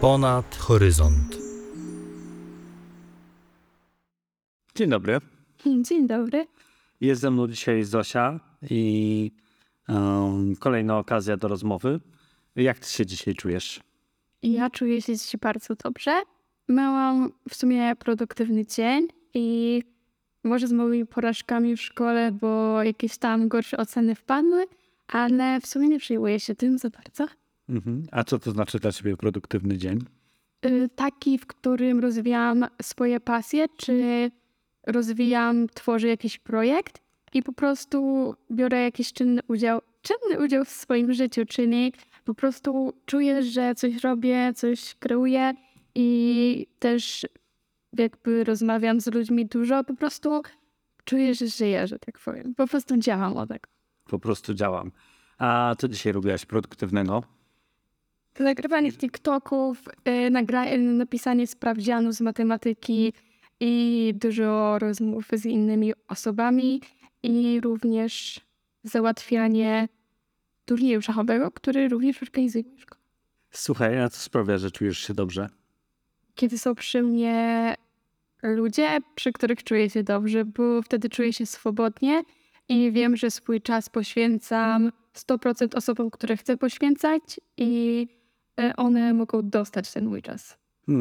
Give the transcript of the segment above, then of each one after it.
Ponad horyzont. Dzień dobry. Dzień dobry. Jest ze mną dzisiaj Zosia i kolejna okazja do rozmowy. Jak ty się dzisiaj czujesz? Ja czuję się dzisiaj bardzo dobrze. Miałam w sumie produktywny dzień i może z moimi porażkami w szkole, bo jakieś tam gorsze oceny wpadły, ale w sumie nie przejmuję się tym za bardzo. A co to znaczy dla ciebie produktywny dzień? Taki, w którym rozwijam swoje pasje, czy tworzę jakiś projekt i po prostu biorę jakiś czynny udział w swoim życiu, czyli po prostu czuję, że coś robię, coś kreuję i też jakby rozmawiam z ludźmi dużo, po prostu czuję, że żyję, że tak powiem. Po prostu działam o tak. Po prostu działam. A co dzisiaj robiłaś produktywnego? Nagrywanie TikToków, napisanie sprawdzianu z matematyki i dużo rozmów z innymi osobami i również załatwianie turnieju szachowego, który również organizuje szkoła. Słuchaj, a co sprawia, że czujesz się dobrze? Kiedy są przy mnie ludzie, przy których czuję się dobrze, bo wtedy czuję się swobodnie i wiem, że swój czas poświęcam 100% osobom, które chcę poświęcać i one mogą dostać ten mój czas.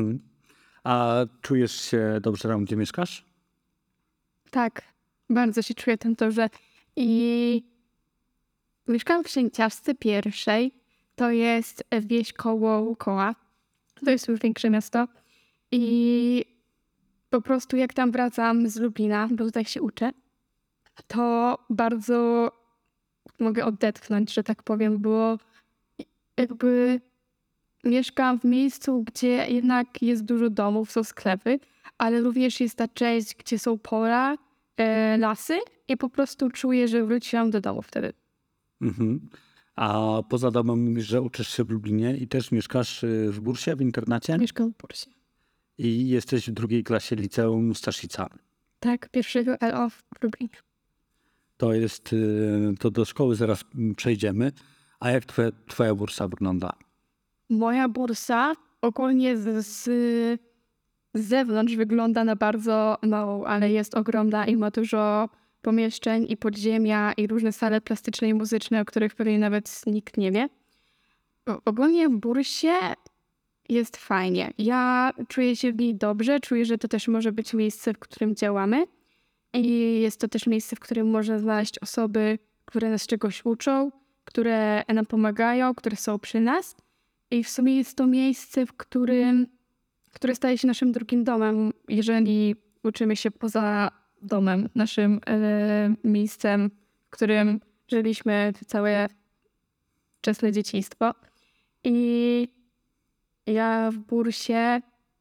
A czujesz się dobrze tam, gdzie mieszkasz? Tak, bardzo się czuję tam dobrze. I mieszkam w Sięciaszce pierwszej. To jest wieś koło Łukoła. To jest już większe miasto. I po prostu jak tam wracam z Lublina, bo tutaj się uczę, to bardzo mogę odetchnąć, że tak powiem, bo jakby mieszkam w miejscu, gdzie jednak jest dużo domów, są sklepy, ale również jest ta część, gdzie są pola, lasy i po prostu czuję, że wróciłam do domu wtedy. A poza domem mówisz, że uczysz się w Lublinie i też mieszkasz w Bursie, w internacie? Mieszkam w Bursie. I jesteś w drugiej klasie liceum Staszica. Tak, pierwszego LO w Lublinie. To do szkoły zaraz przejdziemy. A jak twoja bursa wygląda? Moja bursa ogólnie z zewnątrz wygląda na bardzo małą, ale jest ogromna i ma dużo pomieszczeń i podziemia i różne sale plastyczne i muzyczne, o których pewnie nawet nikt nie wie. Ogólnie w bursie jest fajnie. Ja czuję się w niej dobrze, czuję, że to też może być miejsce, w którym działamy i jest to też miejsce, w którym można znaleźć osoby, które nas czegoś uczą, które nam pomagają, które są przy nas. I w sumie jest to miejsce, które staje się naszym drugim domem, jeżeli uczymy się poza domem, naszym miejscem, w którym żyliśmy całe wczesne dzieciństwo. I ja w bursie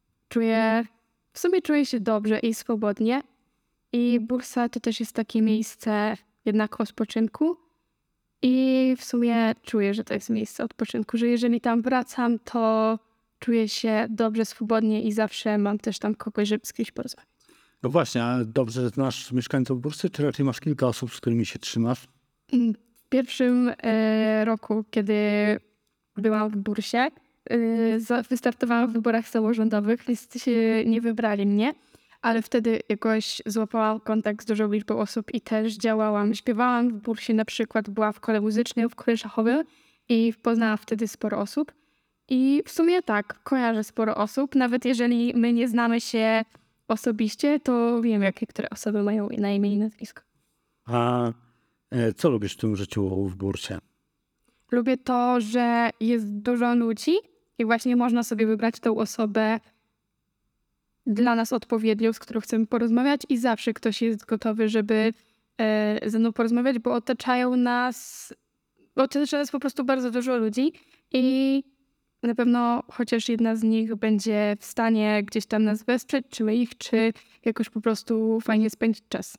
czuję się dobrze i swobodnie. I bursa to też jest takie miejsce jednak odpoczynku. I w sumie czuję, że to jest miejsce odpoczynku, że jeżeli tam wracam, to czuję się dobrze, swobodnie i zawsze mam też tam kogoś, żeby z kimś porozmawiać. No właśnie, a dobrze znasz mieszkańców Bursy, czy raczej masz kilka osób, z którymi się trzymasz? W pierwszym roku, kiedy byłam w Bursie, wystartowałam w wyborach samorządowych, więc nie wybrali mnie, ale wtedy jakoś złapałam kontakt z dużą liczbą osób i też działałam. Śpiewałam w Bursie na przykład, była w kole muzycznej, w kole szachowym i poznałam wtedy sporo osób. I w sumie tak, kojarzę sporo osób, nawet jeżeli my nie znamy się osobiście, to wiem, jakie które osoby mają na imię i nazwisko. A co lubisz w tym życiu w Bursie? Lubię to, że jest dużo ludzi i właśnie można sobie wybrać tą osobę dla nas odpowiednią, z którą chcemy porozmawiać i zawsze ktoś jest gotowy, żeby ze mną porozmawiać, bo otacza nas po prostu bardzo dużo ludzi i na pewno chociaż jedna z nich będzie w stanie gdzieś tam nas wesprzeć, czy my ich, czy jakoś po prostu fajnie spędzić czas.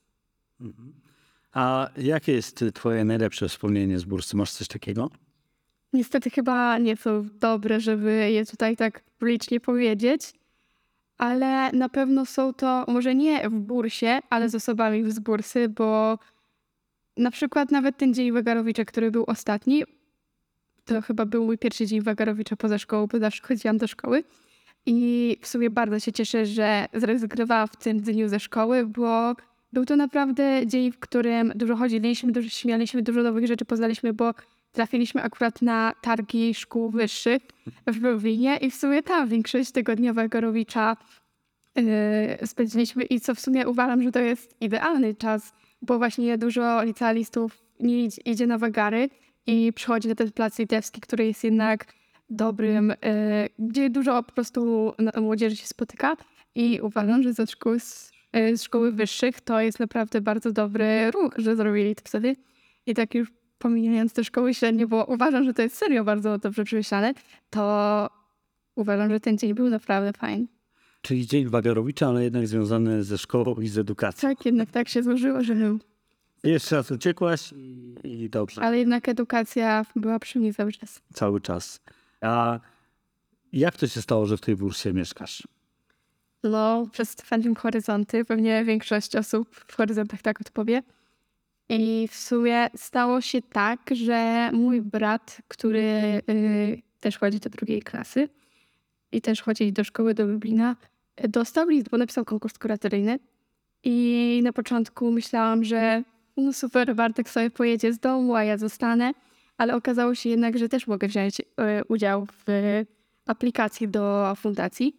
A jakie jest twoje najlepsze wspomnienie z Bursy? Masz coś takiego? Niestety chyba nie są dobre, żeby je tutaj tak publicznie powiedzieć, ale na pewno są to, może nie w Bursie, ale z osobami z Bursy, bo na przykład nawet ten dzień Wagarowicza, który był ostatni, to chyba był mój pierwszy dzień Wagarowicza poza szkołą, bo zawsze chodziłam do szkoły. I w sumie bardzo się cieszę, że zrezygnowałam w tym dniu ze szkoły, bo był to naprawdę dzień, w którym dużo chodziliśmy, dużo śmialiśmy, dużo nowych rzeczy poznaliśmy, bo trafiliśmy akurat na targi szkół wyższych w Lublinie i w sumie tam większość tego dnia Wagarowicza spędziliśmy i co w sumie uważam, że to jest idealny czas, bo właśnie dużo licealistów nie idzie na wagary i przychodzi na ten plac litewski, który jest jednak dobrym, gdzie dużo po prostu młodzieży się spotyka i uważam, że z szkoły wyższych to jest naprawdę bardzo dobry ruch, że zrobili to wtedy. I tak już pomijając te szkoły średnie, bo uważam, że to jest serio bardzo dobrze przemyślane, to uważam, że ten dzień był naprawdę fajny. Czyli dzień Wagarowicza, ale jednak związany ze szkołą i z edukacją. Tak, jednak tak się złożyło, że był. Jeszcze raz uciekłaś i dobrze. Ale jednak edukacja była przy mnie cały czas. Cały czas. A jak to się stało, że w tej bursie mieszkasz? No, przez Stypendium Horyzonty, pewnie większość osób w Horyzontach tak odpowie. I w sumie stało się tak, że mój brat, który też chodzi do 2. klasy i też chodzi do szkoły do Lublina, dostał list, bo napisał konkurs kuratoryjny. I na początku myślałam, że no super, Bartek sobie pojedzie z domu, a ja zostanę. Ale okazało się jednak, że też mogę wziąć udział w aplikacji do fundacji.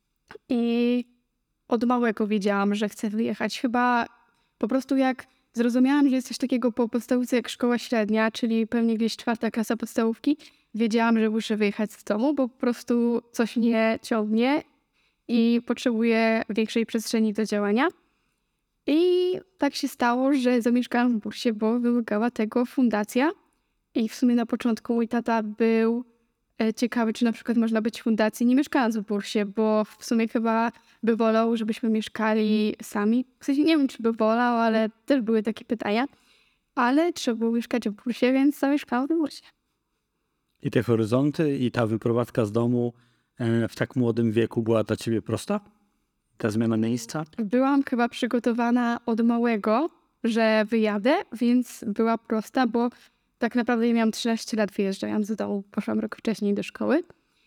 I od małego wiedziałam, że chcę wyjechać. Chyba po prostu jak zrozumiałam, że jest coś takiego po podstawówce jak szkoła średnia, czyli pewnie gdzieś 4. klasa podstawówki, wiedziałam, że muszę wyjechać z domu, bo po prostu coś mnie ciągnie i potrzebuję większej przestrzeni do działania. I tak się stało, że zamieszkałam w bursie, bo wymagała tego fundacja. I w sumie na początku mój tata był ciekawy, czy na przykład można być w fundacji nie mieszkając w bursie, bo w sumie chyba by wolał, żebyśmy mieszkali sami. W sensie nie wiem, czy by wolał, ale też były takie pytania. Ale trzeba było mieszkać w bursie, więc zamieszkałam w bursie. I te horyzonty i ta wyprowadzka z domu w tak młodym wieku była dla ciebie prosta? Ta zmiana miejsca? Byłam chyba przygotowana od małego, że wyjadę, więc była prosta, bo tak naprawdę ja miałam 13 lat, wyjeżdżając z domu. Poszłam rok wcześniej do szkoły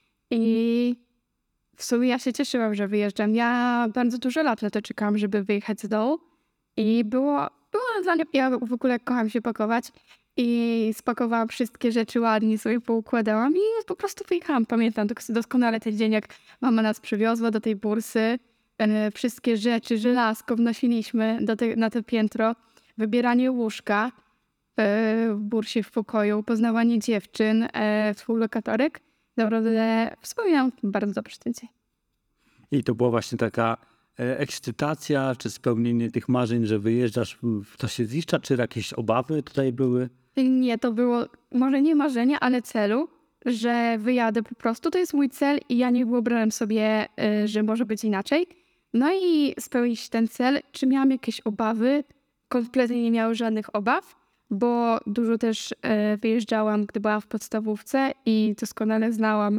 i w sumie ja się cieszyłam, że wyjeżdżam. Ja bardzo dużo lat na to czekałam, żeby wyjechać z domu i było dla mnie, ja w ogóle kocham się pakować i spakowałam wszystkie rzeczy ładnie, sobie poukładałam i po prostu wyjechałam. Pamiętam doskonale ten dzień, jak mama nas przywiozła do tej bursy. Wszystkie rzeczy, żelazko wnosiliśmy na to piętro, wybieranie łóżka w bursie w pokoju, poznawanie dziewczyn, współlokatorek. Naprawdę wspominam bardzo dobrze ten dzień. I to była właśnie taka ekscytacja, czy spełnienie tych marzeń, że wyjeżdżasz, to się zlicza, czy jakieś obawy tutaj były? Nie, to było może nie marzenie, ale celu, że wyjadę po prostu. To jest mój cel i ja nie wyobrażam sobie, że może być inaczej. No i spełnić ten cel. Czy miałam jakieś obawy? Kompletnie nie miałam żadnych obaw, bo dużo też wyjeżdżałam, gdy byłam w podstawówce i doskonale znałam,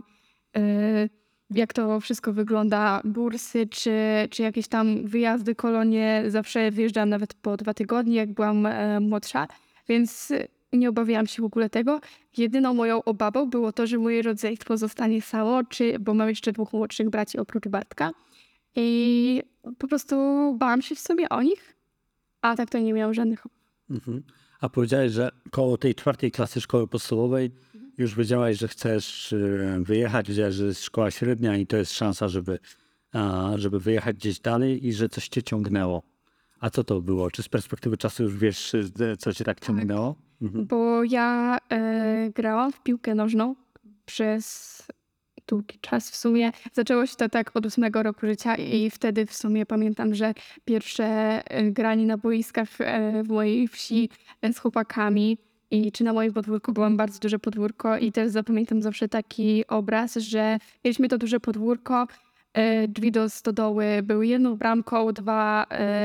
jak to wszystko wygląda, bursy czy jakieś tam wyjazdy, kolonie. Zawsze wyjeżdżałam nawet po 2 tygodnie, jak byłam młodsza, więc nie obawiałam się w ogóle tego. Jedyną moją obawą było to, że moje rodzeństwo zostanie samo, bo mam jeszcze 2 młodszych braci oprócz Bartka. I po prostu bałam się w sobie o nich, a tak to nie miałam żadnych obaw. Mhm. A powiedziałeś, że koło tej 4. klasy szkoły podstawowej już wiedziałaś, że chcesz wyjechać, wiedziałaś, że jest szkoła średnia i to jest szansa, żeby wyjechać gdzieś dalej i że coś cię ciągnęło. A co to było? Czy z perspektywy czasu już wiesz, co cię tak ciągnęło? Mhm. Bo ja grałam w piłkę nożną przez długi czas w sumie. Zaczęło się to tak od 8 roku życia i wtedy w sumie pamiętam, że pierwsze granie na boiskach w mojej wsi z chłopakami czy na moim podwórku, byłam bardzo duże podwórko i też zapamiętam zawsze taki obraz, że mieliśmy to duże podwórko, drzwi do stodoły były 1 bramką, 2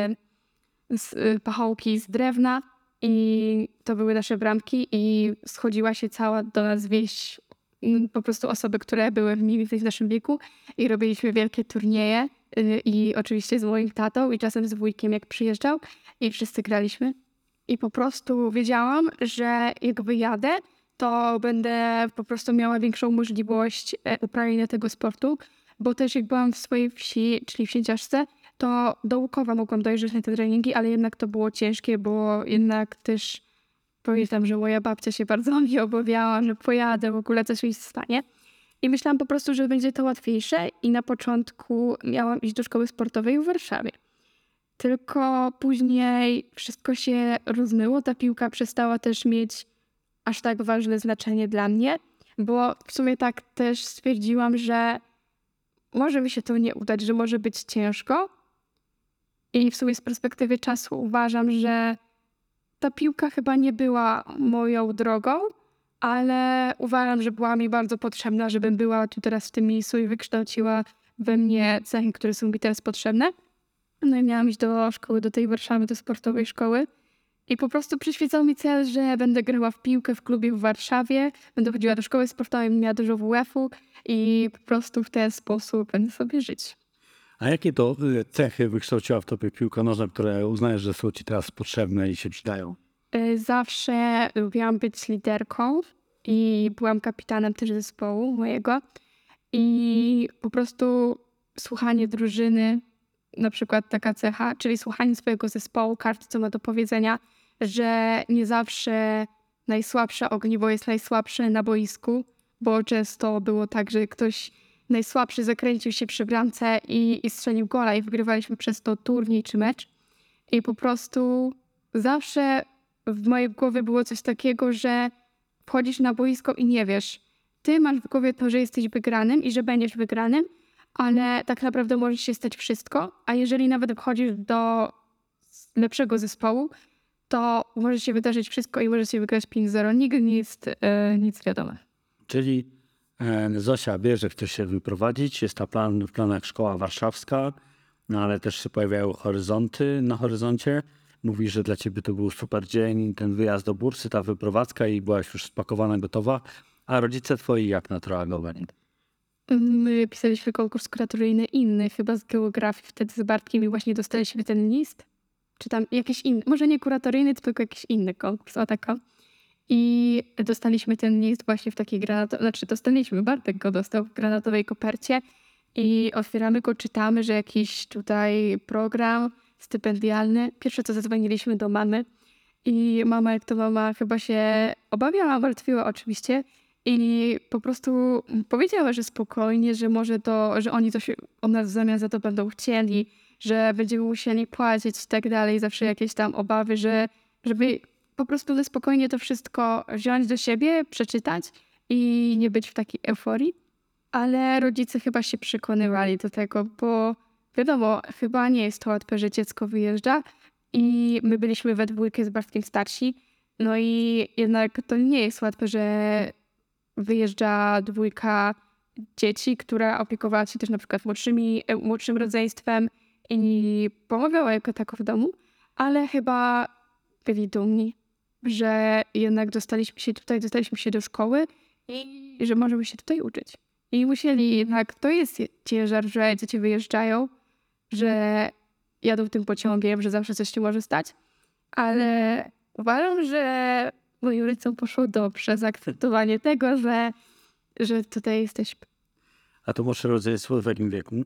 pachołki z drewna i to były nasze bramki i schodziła się cała do nas wieś, po prostu osoby, które były mniej więcej w naszym wieku i robiliśmy wielkie turnieje i oczywiście z moim tatą i czasem z wujkiem, jak przyjeżdżał i wszyscy graliśmy. I po prostu wiedziałam, że jak wyjadę, to będę po prostu miała większą możliwość uprawiania tego sportu, bo też jak byłam w swojej wsi, czyli w Sieciarzce, to do Łukowa mogłam dojeżdżać na te treningi, ale jednak to było ciężkie, bo jednak też pamiętam, że moja babcia się bardzo o mnie obawiała, że pojadę, w ogóle coś mi się stanie. I myślałam po prostu, że będzie to łatwiejsze i na początku miałam iść do szkoły sportowej w Warszawie. Tylko później wszystko się rozmyło, ta piłka przestała też mieć aż tak ważne znaczenie dla mnie, bo w sumie tak też stwierdziłam, że może mi się to nie udać, że może być ciężko. I w sumie z perspektywy czasu uważam, że ta piłka chyba nie była moją drogą, ale uważam, że była mi bardzo potrzebna, żebym była tu teraz w tym miejscu i wykształciła we mnie cechy, które są mi teraz potrzebne. No i miałam iść do szkoły, do tej Warszawy, do sportowej szkoły. I po prostu przyświecał mi cel, że będę grała w piłkę w klubie w Warszawie, będę chodziła do szkoły sportowej, będę miała dużo WF-u i po prostu w ten sposób będę sobie żyć. A jakie to cechy wykształciła w tobie piłka nożna, które uznajesz, że są ci teraz potrzebne i się przydają? Zawsze lubiłam być liderką i byłam kapitanem też zespołu mojego. I po prostu słuchanie drużyny, na przykład taka cecha, czyli słuchanie swojego zespołu, każdy co ma do powiedzenia, że nie zawsze najsłabsze ogniwo jest najsłabsze na boisku, bo często było tak, że ktoś najsłabszy zakręcił się przy bramce i strzelił gola i wygrywaliśmy przez to turniej czy mecz. I po prostu zawsze w mojej głowie było coś takiego, że wchodzisz na boisko i nie wiesz. Ty masz w głowie to, że jesteś wygranym i że będziesz wygranym, ale tak naprawdę może się stać wszystko, a jeżeli nawet wchodzisz do lepszego zespołu, to może się wydarzyć wszystko i może się wygrać 5-0. Nigdy nie jest nic wiadome. Czyli Zosia wie, że chce się wyprowadzić, jest w planach szkoła warszawska, no ale też się pojawiają horyzonty na horyzoncie. Mówisz, że dla ciebie to był super dzień, ten wyjazd do Bursy, ta wyprowadzka i byłaś już spakowana, gotowa. A rodzice twoi jak na to reagowali? My pisaliśmy konkurs kuratoryjny inny, chyba z geografii, wtedy z Bartkiem i właśnie dostaliśmy ten list. Czy tam jakiś inny, może nie kuratoryjny, tylko jakiś inny konkurs, o taka. I dostaliśmy ten list właśnie w takiej dostaliśmy, Bartek go dostał w granatowej kopercie i otwieramy go, czytamy, że jakiś tutaj program stypendialny. Pierwsze co zadzwoniliśmy do mamy i mama, jak to mama chyba się obawiała, martwiła oczywiście i po prostu powiedziała, że spokojnie, że może że oni coś od nas w zamian za to będą chcieli, że będziemy musieli płacić i tak dalej, zawsze jakieś tam obawy, żeby po prostu na spokojnie to wszystko wziąć do siebie, przeczytać i nie być w takiej euforii. Ale rodzice chyba się przekonywali do tego, bo wiadomo, chyba nie jest to łatwe, że dziecko wyjeżdża i my byliśmy we dwójkę z Bartkiem starsi. No i jednak to nie jest łatwe, że wyjeżdża dwójka dzieci, która opiekowała się też na przykład młodszym rodzeństwem i pomagała jako tako w domu, ale chyba byli dumni, że jednak dostaliśmy się do szkoły i że możemy się tutaj uczyć. I musieli jednak, to jest ciężar, że dzieci wyjeżdżają, że jadą tym pociągiem, że zawsze coś się może stać, ale uważam, że moim rodzicom poszło dobrze zaakceptowanie tego, że tutaj jesteśmy. A to młodsze rodzeństwo w jakim wieku?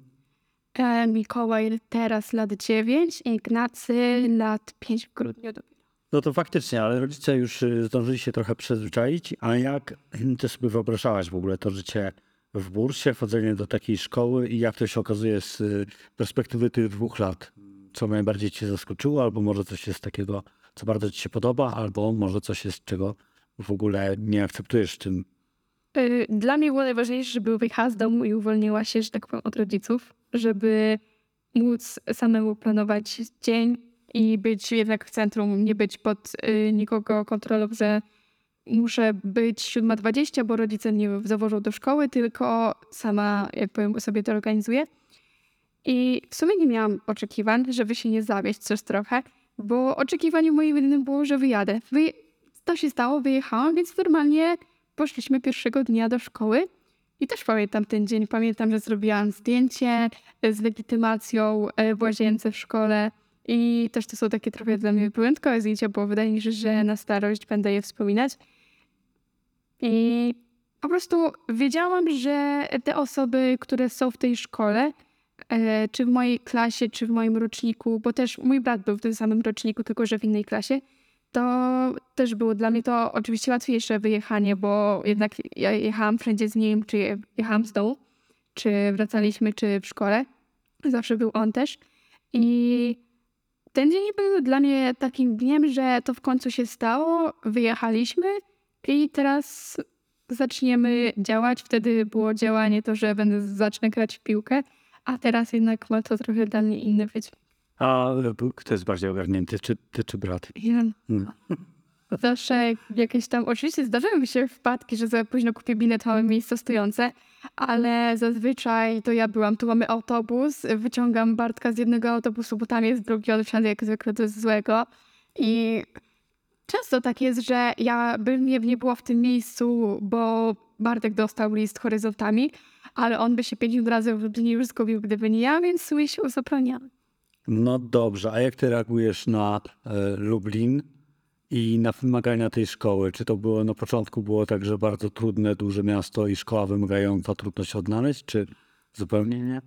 Mikołaj teraz lat 9, Ignacy lat 5 w grudniu dopiero. No to faktycznie, ale rodzice już zdążyli się trochę przyzwyczaić. A jak ty sobie wyobrażałaś w ogóle to życie w Bursie, wchodzenie do takiej szkoły i jak to się okazuje z perspektywy tych 2 lat? Co najbardziej cię zaskoczyło, albo może coś jest takiego, co bardzo ci się podoba, albo może coś jest, czego w ogóle nie akceptujesz w tym? Dla mnie było najważniejsze, żeby wyjechała z domu i uwolniła się, że tak powiem, od rodziców, żeby móc samemu planować dzień i być jednak w centrum, nie być pod nikogo kontrolą, że muszę być 7:20, bo rodzice mnie zawożą do szkoły, tylko sama, jak powiem, sobie to organizuję. I w sumie nie miałam oczekiwań, żeby się nie zawieść coś trochę, bo oczekiwaniem moim jedynym było, że wyjadę. To się stało, wyjechałam, więc normalnie poszliśmy pierwszego dnia do szkoły i też pamiętam ten dzień. Pamiętam, że zrobiłam zdjęcie z legitymacją w łazience w szkole i też to są takie trochę dla mnie wyjątkowe zdjęcia, bo wydaje mi się, że na starość będę je wspominać. I po prostu wiedziałam, że te osoby, które są w tej szkole, czy w mojej klasie, czy w moim roczniku, bo też mój brat był w tym samym roczniku, tylko że w innej klasie, to też było dla mnie to oczywiście łatwiejsze wyjechanie, bo jednak ja jechałam wszędzie z nim, czy jechałam z domu, czy wracaliśmy, czy w szkole. Zawsze był on też. I ten dzień był dla mnie takim dniem, że to w końcu się stało, wyjechaliśmy i teraz zaczniemy działać. Wtedy było działanie to, że zacznę grać w piłkę, a teraz jednak ma to trochę dla mnie inny wydźwięk. A kto jest bardziej ogarnięty, czy ty, czy brat? Ja No. zawsze jakieś tam, oczywiście zdarzały mi się wpadki, że za późno kupię bilet, mamy miejsce stojące, ale zazwyczaj to ja byłam, tu mamy autobus, wyciągam Bartka z jednego autobusu, bo tam jest drugi, on wsiada jak zwykle do złego i często tak jest, że ja bym nie była w tym miejscu, bo Bartek dostał list horyzontami, ale on by się 50 razy w Lublinie już zgubił, gdyby nie ja, więc sobie się uzupełniam. No dobrze, a jak ty reagujesz na Lublin i na wymagania tej szkoły? Czy to było na początku było tak, że bardzo trudne, duże miasto i szkoła wymagająca, trudno się odnaleźć, czy zupełnie nie?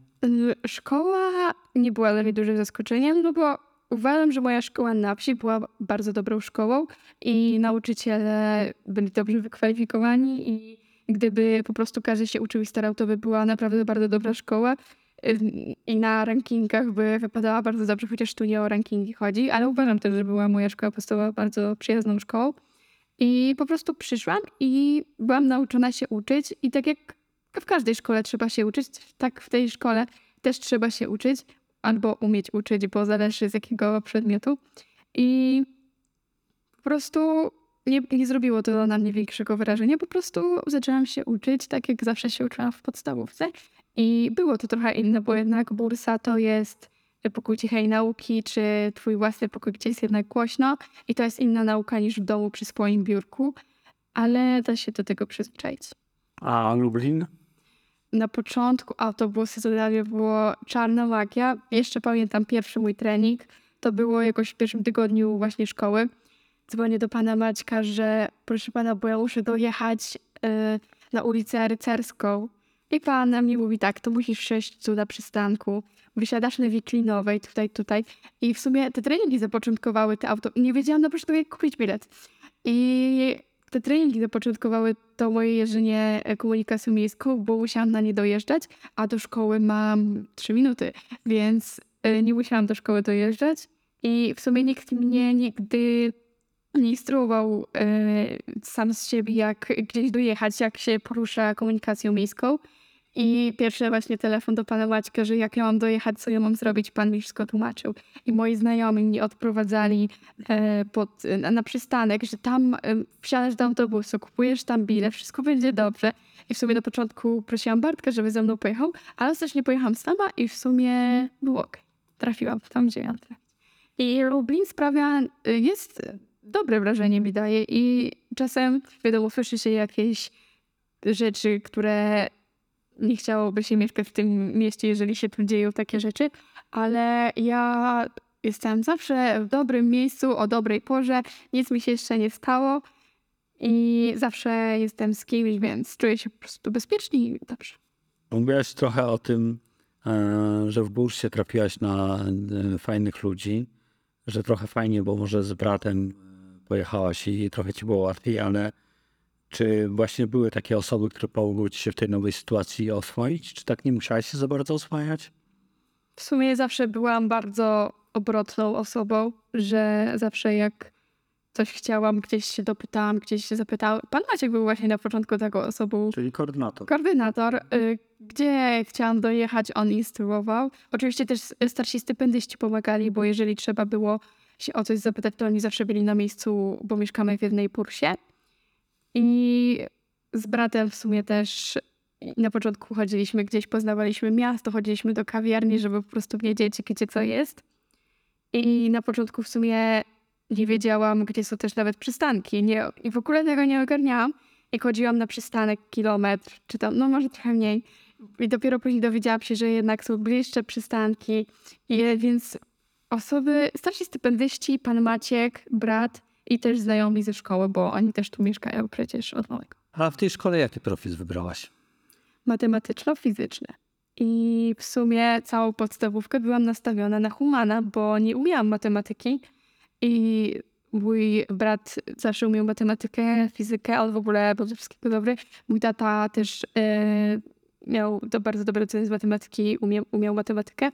Szkoła nie była dla mnie dużym zaskoczeniem, no bo uważam, że moja szkoła na wsi była bardzo dobrą szkołą i nauczyciele byli dobrze wykwalifikowani i gdyby po prostu każdy się uczył i starał, to by była naprawdę bardzo dobra szkoła. I na rankingach by wypadała bardzo dobrze, chociaż tu nie o rankingi chodzi, ale uważam też, że była moja szkoła podstawowa bardzo przyjazną szkołą. I po prostu przyszłam i byłam nauczona się uczyć i tak jak w każdej szkole trzeba się uczyć, tak w tej szkole też trzeba się uczyć albo umieć uczyć, bo zależy z jakiego przedmiotu. I po prostu nie zrobiło to na mnie większego wrażenia. Po prostu zaczęłam się uczyć tak, jak zawsze się uczyłam w podstawówce. I było to trochę inne, bo jednak bursa to jest pokój cichej nauki, czy twój własny pokój, gdzie jest jednak głośno. I to jest inna nauka niż w domu przy swoim biurku, ale da się do tego przyzwyczaić. A Lublin? Na początku autobusy to dla mnie było czarna magia. Jeszcze pamiętam pierwszy mój trening. To było jakoś w pierwszym tygodniu właśnie szkoły. Dzwonię do pana Maćka, że proszę pana, bo ja muszę dojechać na ulicę Rycerską. I pan na mnie mówi tak, to musisz wsiąść tu na przystanku. Wysiadasz na Wiklinowej, tutaj. I w sumie te treningi zapoczątkowały te auto. Nie wiedziałam na początku, jak kupić bilet. I te treningi zapoczątkowały to moje jeżdżenie komunikacją miejską, bo musiałam na nie dojeżdżać, a do szkoły mam 3 minuty, więc nie musiałam do szkoły dojeżdżać. I w sumie nikt mnie nigdy nie instruował sam z siebie, jak gdzieś dojechać, jak się porusza komunikacją miejską. I pierwszy właśnie telefon do pana Maćka, że jak ja mam dojechać, co ja mam zrobić, pan mi wszystko tłumaczył. I moi znajomi mnie odprowadzali na przystanek, że tam wsiadasz do autobusu, kupujesz tam bilet, wszystko będzie dobrze. I w sumie na początku prosiłam Bartka, żeby ze mną pojechał, ale ostatecznie pojechałam sama i w sumie było okej. Trafiłam tam, gdzie miałam trafić. I Lublin sprawia, jest dobre wrażenie mi daje i czasem wiadomo, słyszy się jakieś rzeczy, które nie chciałoby się mieszkać w tym mieście, jeżeli się tu dzieją takie rzeczy, ale ja jestem zawsze w dobrym miejscu, o dobrej porze, nic mi się jeszcze nie stało i zawsze jestem z kimś, więc czuję się po prostu bezpiecznie i dobrze. Mówiłaś trochę o tym, że w bursie trafiłaś na fajnych ludzi, że trochę fajnie, bo może z bratem pojechałaś i trochę ci było łatwiej, ale czy właśnie były takie osoby, które pomogły ci się w tej nowej sytuacji oswoić? Czy tak nie musiałaś się za bardzo oswajać? W sumie zawsze byłam bardzo obrotną osobą, że zawsze jak coś chciałam, gdzieś się dopytałam, gdzieś się zapytałam. Pan Maciek był właśnie na początku taką osobą, Czyli koordynator. koordynator, gdzie chciałam dojechać, on instruował. Oczywiście też starsi stypendyści pomagali, bo jeżeli trzeba było się o coś zapytać, to oni zawsze byli na miejscu, bo mieszkamy w jednej bursie. I z bratem w sumie też na początku chodziliśmy gdzieś, poznawaliśmy miasto, chodziliśmy do kawiarni, żeby po prostu wiedzieć, gdzie co jest. I na początku w sumie nie wiedziałam, gdzie są też nawet przystanki. I w ogóle tego nie ogarniałam. I chodziłam na przystanek kilometr, czy tam, no może trochę mniej. I dopiero później dowiedziałam się, że jednak są bliższe przystanki. Więc osoby, starsi stypendyści, pan Maciek, brat i też znajomi ze szkoły, bo oni też tu mieszkają przecież od małego. A w tej szkole jaki profil wybrałaś? Matematyczno-fizyczne. I w sumie całą podstawówkę byłam nastawiona na humana, bo nie umiałam matematyki. I mój brat zawsze umiał matematykę, fizykę, on w ogóle był ze wszystkiego dobry. Mój tata też miał bardzo dobre oceny z matematyki, umiał matematykę.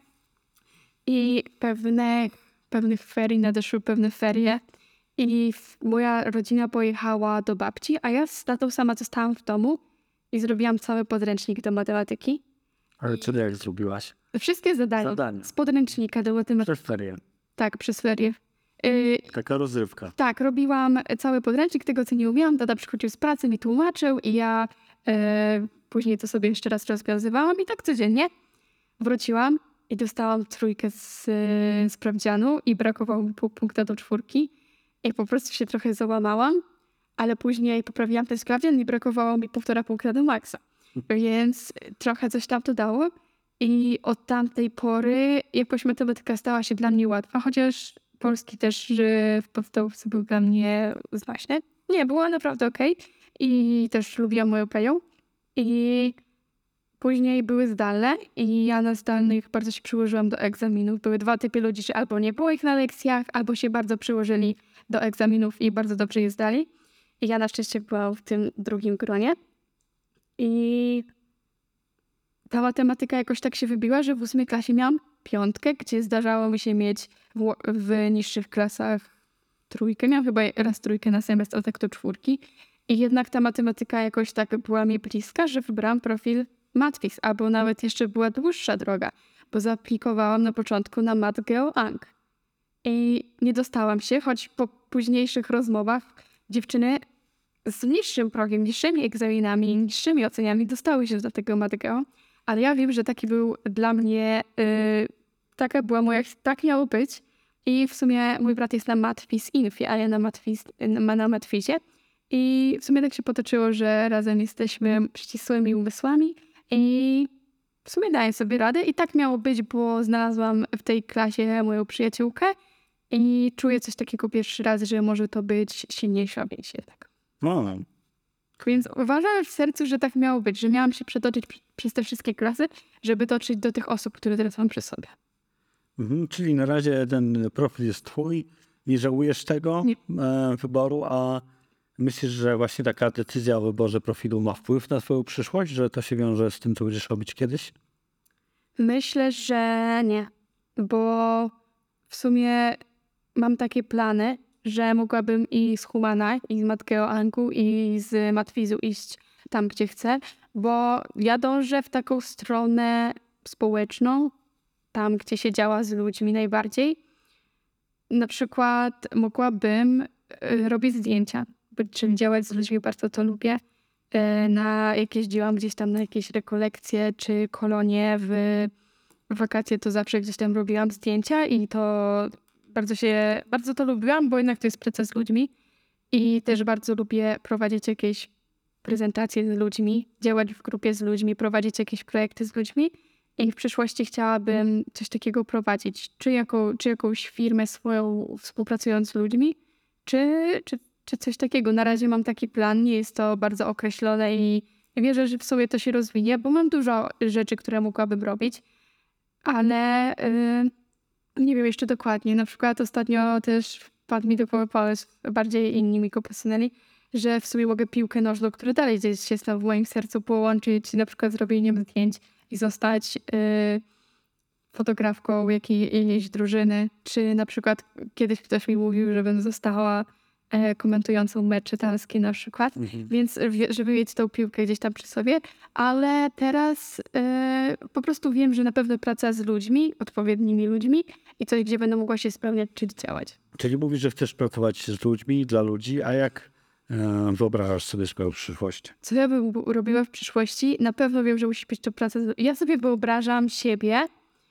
I pewnych ferii nadeszły pewne ferie i moja rodzina pojechała do babci, a ja z tatą sama zostałam w domu i zrobiłam cały podręcznik do matematyki. Ale co jak zrobiłaś? Wszystkie zadania z podręcznika do matematyki. Przez ferie. Tak, przez ferie. Taka rozrywka. Tak, robiłam cały podręcznik tego, co nie umiałam. Tata przychodził z pracy, mi tłumaczył i ja później to sobie jeszcze raz rozwiązywałam i tak codziennie. Wróciłam i dostałam 3 z sprawdzianu i brakowało mi pół punkta do 4. I po prostu się trochę załamałam, ale później poprawiłam ten sprawdzian i brakowało mi 1,5 punkta do maksa. Więc trochę coś tam to dało. I od tamtej pory jakoś matematyka stała się dla mnie łatwa, chociaż polski też w podstawówce był dla mnie znośny. Nie, było naprawdę okej. I też lubiłam moją panią. I później były zdalne i ja na zdalnych bardzo się przyłożyłam do egzaminów. Były 2 typy ludzi, że albo nie było ich na lekcjach, albo się bardzo przyłożyli do egzaminów i bardzo dobrze je zdali. I ja na szczęście byłam w tym drugim gronie. I ta matematyka jakoś tak się wybiła, że w 8 klasie miałam 5, gdzie zdarzało mi się mieć w niższych klasach 3. Miałam chyba raz 3 na semestr, a tak to 4. I jednak ta matematyka jakoś tak była mi bliska, że wybrałam profil Matfis, albo nawet jeszcze była dłuższa droga, bo zaaplikowałam na początku na MatGeoAng. I nie dostałam się, choć po późniejszych rozmowach dziewczyny z niższym progiem, niższymi egzaminami, niższymi oceniami dostały się do tego MatGeo, ale ja wiem, że taki był dla mnie, taka była moja, tak miało być. I w sumie mój brat jest na Matfis Infie, a ja na Matfisie. I w sumie tak się potoczyło, że razem jesteśmy ścisłymi umysłami i w sumie daję sobie radę. I tak miało być, bo znalazłam w tej klasie moją przyjaciółkę i czuję coś takiego pierwszy raz, że może to być silniejsza więź jednak. No. Więc uważam w sercu, że tak miało być, że miałam się przetoczyć przez te wszystkie klasy, żeby dotrzeć do tych osób, które teraz mam przy sobie. Czyli na razie ten profil jest twój, nie żałujesz tego wyboru, a myślisz, że właśnie taka decyzja o wyborze profilu ma wpływ na twoją przyszłość, że to się wiąże z tym, co będziesz robić kiedyś? Myślę, że nie, bo w sumie mam takie plany, że mogłabym i z Humana, i z MatGeoAngu, i z Matfizu iść tam, gdzie chcę, bo ja dążę w taką stronę społeczną, tam, gdzie się działa z ludźmi najbardziej. Na przykład mogłabym robić zdjęcia, czyli działać z ludźmi, bardzo to lubię. Jak jeździłam gdzieś tam na jakieś rekolekcje czy kolonie w wakacje, to zawsze gdzieś tam robiłam zdjęcia i to bardzo to lubiłam, bo jednak to jest praca z ludźmi i też bardzo lubię prowadzić jakieś prezentacje z ludźmi, działać w grupie z ludźmi, prowadzić jakieś projekty z ludźmi i w przyszłości chciałabym coś takiego prowadzić, czy jakąś firmę swoją współpracując z ludźmi, czy coś takiego. Na razie mam taki plan, nie jest to bardzo określone i wierzę, że w sobie to się rozwinie, bo mam dużo rzeczy, które mogłabym robić, ale nie wiem jeszcze dokładnie. Na przykład ostatnio też wpadł mi do głowy pomysł, bardziej inni mi go posunęli, że w sumie mogę piłkę nożną, która dalej gdzieś jest tam w moim sercu, połączyć na przykład zrobieniem zdjęć i zostać fotografką jakiejś drużyny, czy na przykład kiedyś ktoś mi mówił, żebym została komentującą mecze talskie na przykład, więc żeby mieć tą piłkę gdzieś tam przy sobie, ale teraz po prostu wiem, że na pewno praca z ludźmi, odpowiednimi ludźmi i coś, gdzie będę mogła się spełniać, czy działać. Czyli mówisz, że chcesz pracować z ludźmi, dla ludzi, a jak wyobrażasz sobie swoją przyszłość? Co ja bym robiła w przyszłości? Na pewno wiem, że musi być to praca Ja sobie wyobrażam siebie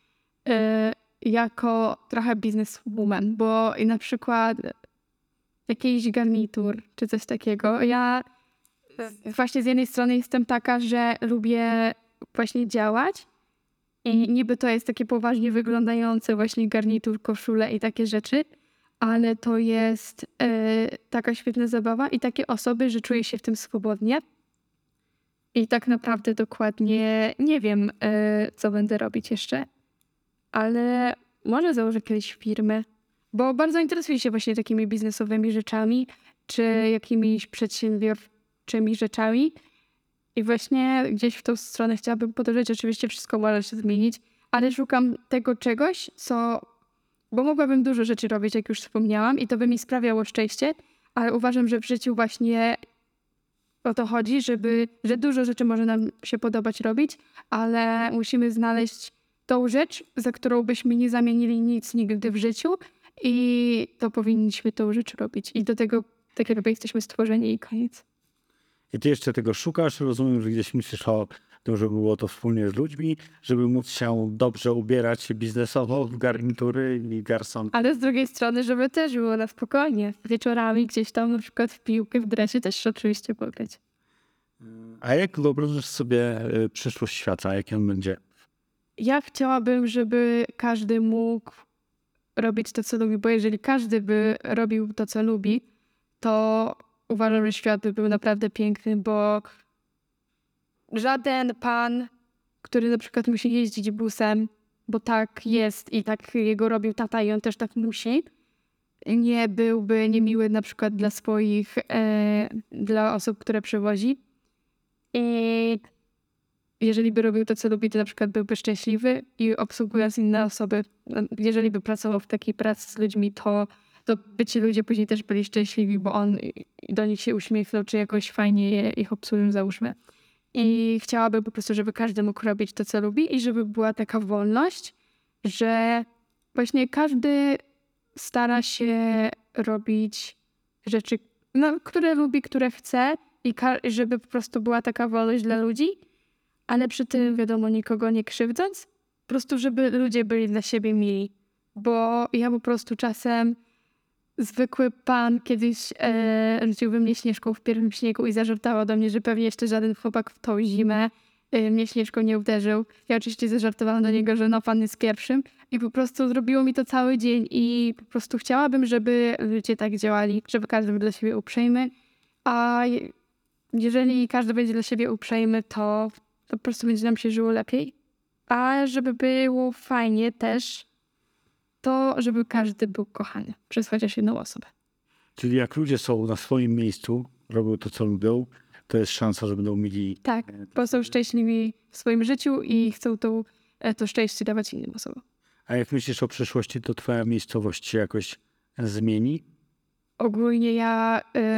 jako trochę businesswoman, bo na przykład jakiś garnitur czy coś takiego. Ja właśnie z jednej strony jestem taka, że lubię właśnie działać i niby to jest takie poważnie wyglądające właśnie garnitur, koszule i takie rzeczy, ale to jest taka świetna zabawa i takie osoby, że czuję się w tym swobodnie I tak naprawdę dokładnie nie wiem, co będę robić jeszcze, ale może założę kiedyś firmę, bo bardzo interesuję się właśnie takimi biznesowymi rzeczami, czy jakimiś przedsiębiorczymi rzeczami. I właśnie gdzieś w tą stronę chciałabym podążać. Oczywiście wszystko może się zmienić, ale szukam tego czegoś, bo mogłabym dużo rzeczy robić, jak już wspomniałam, i to by mi sprawiało szczęście, ale uważam, że w życiu właśnie o to chodzi, że dużo rzeczy może nam się podobać robić, ale musimy znaleźć tą rzecz, za którą byśmy nie zamienili nic nigdy w życiu, i to powinniśmy tą rzecz robić. I do tego tak jakby jesteśmy stworzeni i koniec. I ty jeszcze tego szukasz, rozumiem, że gdzieś myślisz o tym, żeby było to wspólnie z ludźmi, żeby móc się dobrze ubierać biznesowo w garnitury i garsonki. Ale z drugiej strony, żeby też było na spokojnie. Wieczorami gdzieś tam na przykład w piłkę, w dresie też oczywiście pograć. A jak wyobrażasz sobie przyszłość świata? Jak on będzie? Ja chciałabym, żeby każdy mógł robić to, co lubi, bo jeżeli każdy by robił to, co lubi, to uważam, że świat by był naprawdę piękny, bo żaden pan, który na przykład musi jeździć busem, bo tak jest i tak jego robił tata i on też tak musi, nie byłby niemiły na przykład dla osób, które przewozi. I jeżeli by robił to, co lubi, to na przykład byłby szczęśliwy i obsługując inne osoby, jeżeli by pracował w takiej pracy z ludźmi, to by ci ludzie później też byli szczęśliwi, bo on do nich się uśmiechnął, czy jakoś fajnie ich obsłużył, załóżmy. I chciałabym po prostu, żeby każdy mógł robić to, co lubi, i żeby była taka wolność, że właśnie każdy stara się robić rzeczy, które lubi, które chce, i żeby po prostu była taka wolność dla ludzi, ale przy tym, wiadomo, nikogo nie krzywdząc, po prostu, żeby ludzie byli dla siebie mili. Bo ja po prostu czasem, zwykły pan kiedyś rzucił we mnie śnieżką w pierwszym śniegu i zażartował do mnie, że pewnie jeszcze żaden chłopak w tą zimę mnie śnieżką nie uderzył. Ja oczywiście zażartowałam do niego, że no, pan jest pierwszym, i po prostu zrobiło mi to cały dzień, i po prostu chciałabym, żeby ludzie tak działali, żeby każdy był dla siebie uprzejmy, a jeżeli każdy będzie dla siebie uprzejmy, to po prostu będzie nam się żyło lepiej. A żeby było fajnie też, to żeby każdy był kochany przez chociaż jedną osobę. Czyli jak ludzie są na swoim miejscu, robią to, co lubią, to jest szansa, że będą mieli... Tak, bo są szczęśliwi w swoim życiu i chcą to szczęście dawać innym osobom. A jak myślisz o przyszłości, to twoja miejscowość się jakoś zmieni? Ogólnie ja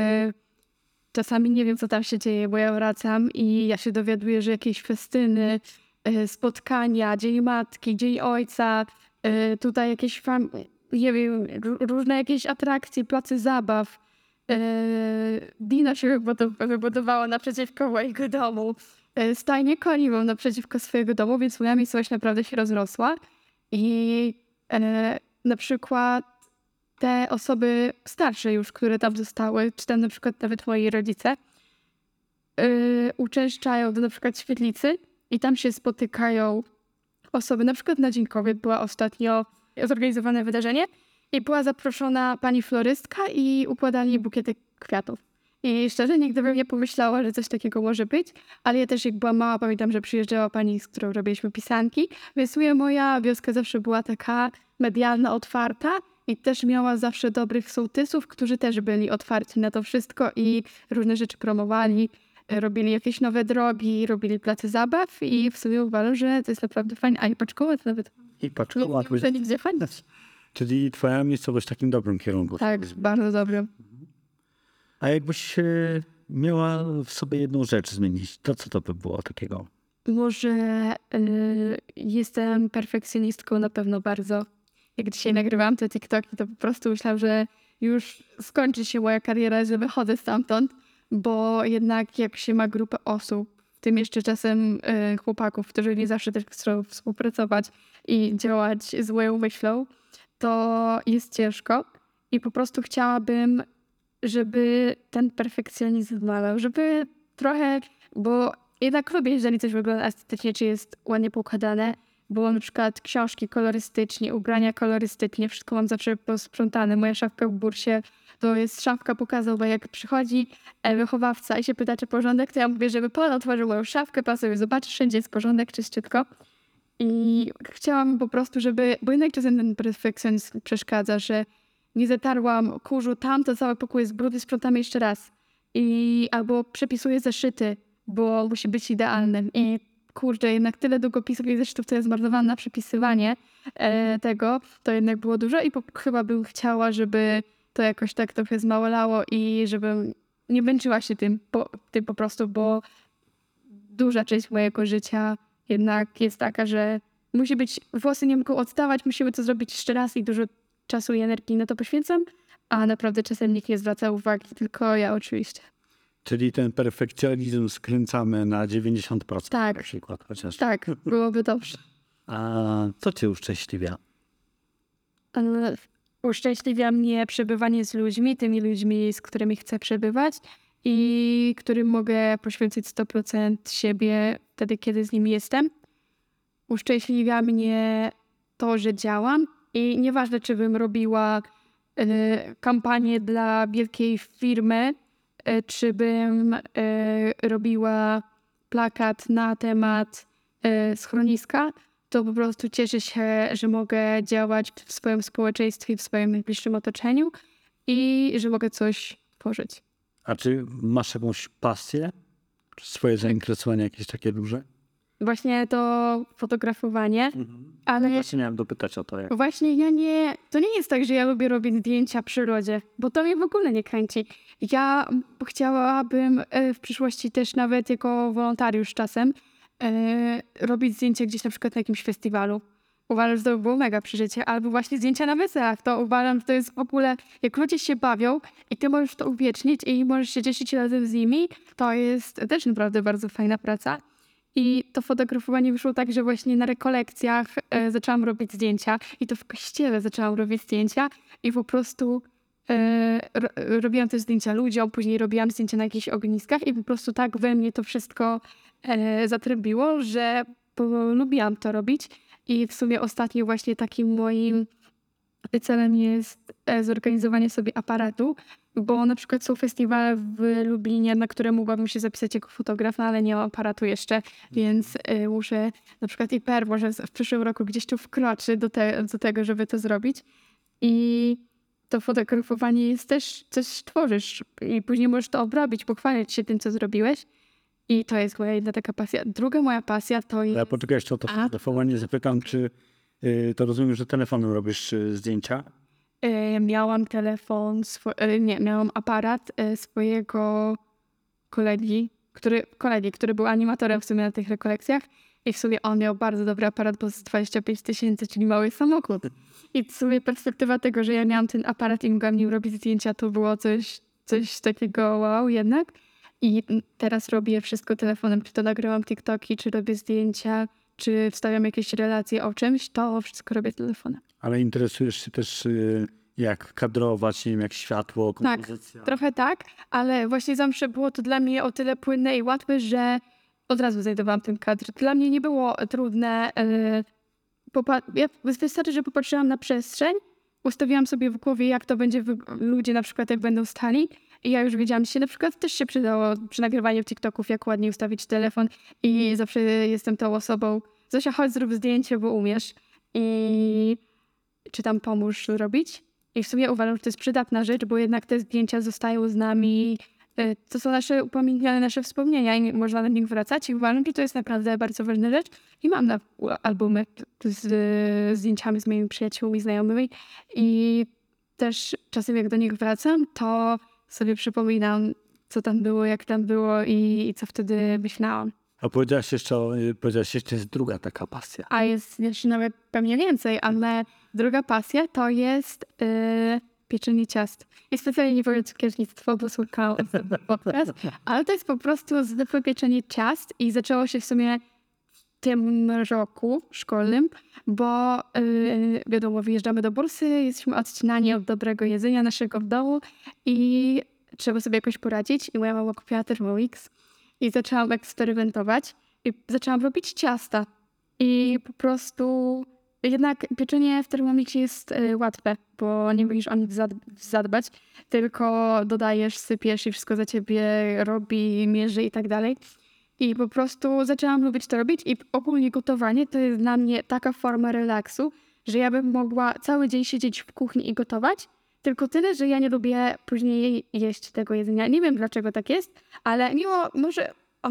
czasami nie wiem, co tam się dzieje, bo ja wracam i ja się dowiaduję, że jakieś festyny, spotkania, Dzień Matki, Dzień Ojca, tutaj jakieś nie wiem, różne jakieś atrakcje, place zabaw. Dino się wybudowało naprzeciwko mojego domu. Stajnie koni mam naprzeciwko swojego domu, więc moja miejscowość naprawdę się rozrosła. I na przykład te osoby starsze już, które tam zostały, czy tam na przykład nawet moi rodzice, uczęszczają do na przykład świetlicy i tam się spotykają osoby. Na przykład na Dzień Kobiet była ostatnio zorganizowane wydarzenie i była zaproszona pani florystka i układali bukiety kwiatów. I szczerze nigdy bym nie pomyślała, że coś takiego może być, ale ja też jak byłam mała, pamiętam, że przyjeżdżała pani, z którą robiliśmy pisanki, więc moja wioska zawsze była taka medialna, otwarta, i też miała zawsze dobrych sołtysów, którzy też byli otwarci na to wszystko i różne rzeczy promowali, robili jakieś nowe drogi, robili place zabaw, i w sumie uważam, że to jest naprawdę fajne. A i paczkomat nawet. I paczkomat. Nie muszę nigdzie fajnie. Czyli twoja miejscowość w takim dobrym kierunku. Tak, bardzo dobrym. A jakbyś miała w sobie jedną rzecz zmienić, to co to by było takiego? Może jestem perfekcjonistką na pewno bardzo. Jak dzisiaj nagrywałam te TikToki, to po prostu myślałam, że już skończy się moja kariera, że wychodzę stamtąd, bo jednak jak się ma grupę osób, w tym jeszcze czasem chłopaków, którzy nie zawsze też chcą współpracować i działać z moją myślą, to jest ciężko. I po prostu chciałabym, żeby ten perfekcjonizm malał, żeby trochę, bo jednak lubię, jeżeli coś wygląda estetycznie, czy jest ładnie poukładane, bo na przykład książki kolorystycznie, ubrania kolorystycznie, wszystko mam zawsze posprzątane. Moja szafka w bursie to jest szafka pokazowa, jak przychodzi wychowawca i się pyta, czy porządek, to ja mówię, żeby pan otworzył moją szafkę, pan sobie zobaczy, wszędzie jest porządek, czyściutko. I chciałam po prostu, bo jednak czasem ten perfekcjonizm przeszkadza, że nie zatarłam kurzu tam, to cały pokój jest brudny, sprzątam jeszcze raz. Albo przepisuję zeszyty, bo musi być idealnym. I kurczę, jednak tyle długopisów i zeszytów, co ja zmarnowałam na przepisywanie tego, to jednak było dużo i chyba bym chciała, żeby to jakoś tak trochę zmałolało i żebym nie męczyła się tym po prostu, bo duża część mojego życia jednak jest taka, że włosy nie mogą odstawać, musimy to zrobić jeszcze raz i dużo czasu i energii na to poświęcam, a naprawdę czasem nikt nie zwraca uwagi, tylko ja oczywiście. Czyli ten perfekcjonizm skręcamy na 90%. Tak. Na przykład, chociaż. Tak, byłoby dobrze. A co cię uszczęśliwia? Uszczęśliwia mnie przebywanie z ludźmi, tymi ludźmi, z którymi chcę przebywać i którym mogę poświęcić 100% siebie wtedy, kiedy z nimi jestem. Uszczęśliwia mnie to, że działam i nieważne, czy bym robiła kampanię dla wielkiej firmy, czy bym robiła plakat na temat schroniska, to po prostu cieszę się, że mogę działać w swoim społeczeństwie, w swoim najbliższym otoczeniu i że mogę coś tworzyć. A czy masz jakąś pasję? Czy swoje zainteresowanie jakieś takie duże? Właśnie to fotografowanie, ale Właśnie miałem dopytać o to. właśnie to nie jest tak, że ja lubię robić zdjęcia przyrodzie, bo to mnie w ogóle nie kręci. Ja chciałabym w przyszłości też nawet jako wolontariusz czasem robić zdjęcia gdzieś na przykład na jakimś festiwalu. Uważam, że to by było mega przeżycie. Albo właśnie zdjęcia na weselach. To uważam, że to jest w ogóle, jak ludzie się bawią i ty możesz to uwiecznić i możesz się cieszyć razem z nimi, to jest też naprawdę bardzo fajna praca. I to fotografowanie wyszło tak, że właśnie na rekolekcjach zaczęłam robić zdjęcia i to w kościele zaczęłam robić zdjęcia i po prostu robiłam też zdjęcia ludziom, później robiłam zdjęcia na jakichś ogniskach i po prostu tak we mnie to wszystko zatrybiło, że lubiłam to robić. I w sumie ostatnio właśnie takim moim celem jest zorganizowanie sobie aparatu, bo na przykład są festiwale w Lublinie, na które mogłabym się zapisać jako fotograf, no ale nie mam aparatu jeszcze, więc muszę na przykład IPR może w przyszłym roku gdzieś tu wkroczy do tego, żeby to zrobić. I to fotografowanie jest też, coś tworzysz i później możesz to obrobić, pochwalić się tym, co zrobiłeś. I to jest moja jedna taka pasja. Druga moja pasja to jest... Ja poczekaj jeszcze o to fotografowanie. Zapytam, czy to rozumiem, że telefonem robisz zdjęcia? Miałam miałam aparat swojego kolegi, który był animatorem w sumie na tych rekolekcjach i w sumie on miał bardzo dobry aparat, bo z 25 000, czyli mały samochód. I w sumie perspektywa tego, że ja miałam ten aparat i mogłam nim robić zdjęcia, to było coś takiego wow jednak. I teraz robię wszystko telefonem, czy to nagrywam TikToki, czy robię zdjęcia, czy wstawiam jakieś relacje o czymś, to wszystko robię telefonem. Ale interesujesz się też jak kadrować, nie wiem, jak światło, kompozycja? Tak, trochę tak, ale właśnie zawsze było to dla mnie o tyle płynne i łatwe, że od razu znajdowałam ten kadr. Dla mnie nie było trudne. Wystarczy, że popatrzyłam na przestrzeń, ustawiłam sobie w głowie, jak to będzie ludzie na przykład, jak będą stali. I ja już wiedziałam, że na przykład też się przydało przy nagrywaniu TikToków, jak ładnie ustawić telefon. I zawsze jestem tą osobą, Zosia, chodź, zrób zdjęcie, bo umiesz. Czy tam pomóż robić. I w sumie uważam, że to jest przydatna rzecz, bo jednak te zdjęcia zostają z nami. To są nasze upamiętnione, nasze wspomnienia i można do nich wracać. I uważam, że to jest naprawdę bardzo ważna rzecz. I mam na albumy z zdjęciami z moimi przyjaciółmi, znajomymi. I też czasem jak do nich wracam, to sobie przypominam, co tam było, jak tam było i co wtedy myślałam. A powiedziałaś jeszcze jest druga taka pasja. A jest jeszcze nawet pewnie więcej, ale druga pasja to jest pieczenie ciast. I specjalnie nie powiem cukiernictwo, bo słuchałam podcast, ale to jest po prostu zwykłe pieczenie ciast i zaczęło się w sumie w tym roku szkolnym, bo wiadomo, wyjeżdżamy do bursy, jesteśmy odcinani od dobrego jedzenia naszego w domu i trzeba sobie jakoś poradzić. I moja mama kupiła Thermomix i zaczęłam eksperymentować i zaczęłam robić ciasta. I po prostu jednak pieczenie w Thermomixie jest łatwe, bo nie musisz o nic zadbać, tylko dodajesz, sypiesz i wszystko za ciebie robi, mierzy i tak dalej. I po prostu zaczęłam lubić to robić i ogólnie gotowanie to jest dla mnie taka forma relaksu, że ja bym mogła cały dzień siedzieć w kuchni i gotować, tylko tyle, że ja nie lubię później jeść tego jedzenia. Nie wiem, dlaczego tak jest, ale mimo, może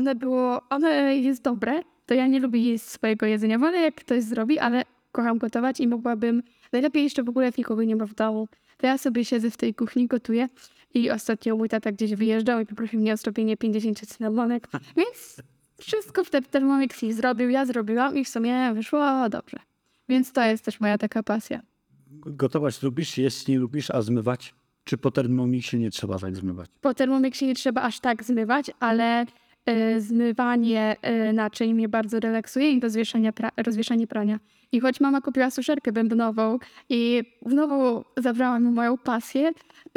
one jest dobre, to ja nie lubię jeść swojego jedzenia. Wolę, jak ktoś zrobi, ale kocham gotować i mogłabym, najlepiej jeszcze w ogóle jak nikogo nie ma w domu, to ja sobie siedzę w tej kuchni, gotuję i ostatnio mój tata gdzieś wyjeżdżał i poprosił mnie o zrobienie 50 cynamonek, więc wszystko w Thermomixie zrobił, ja zrobiłam i w sumie wyszło dobrze. Więc to jest też moja taka pasja. Gotować lubisz, jeść nie lubisz, a zmywać? Czy po Thermomixie nie trzeba tak zmywać? Po Thermomixie nie trzeba aż tak zmywać, ale zmywanie naczyń mnie bardzo relaksuje i rozwieszanie prania. I choć mama kupiła suszarkę bębnową i znowu zabrała mi moją pasję,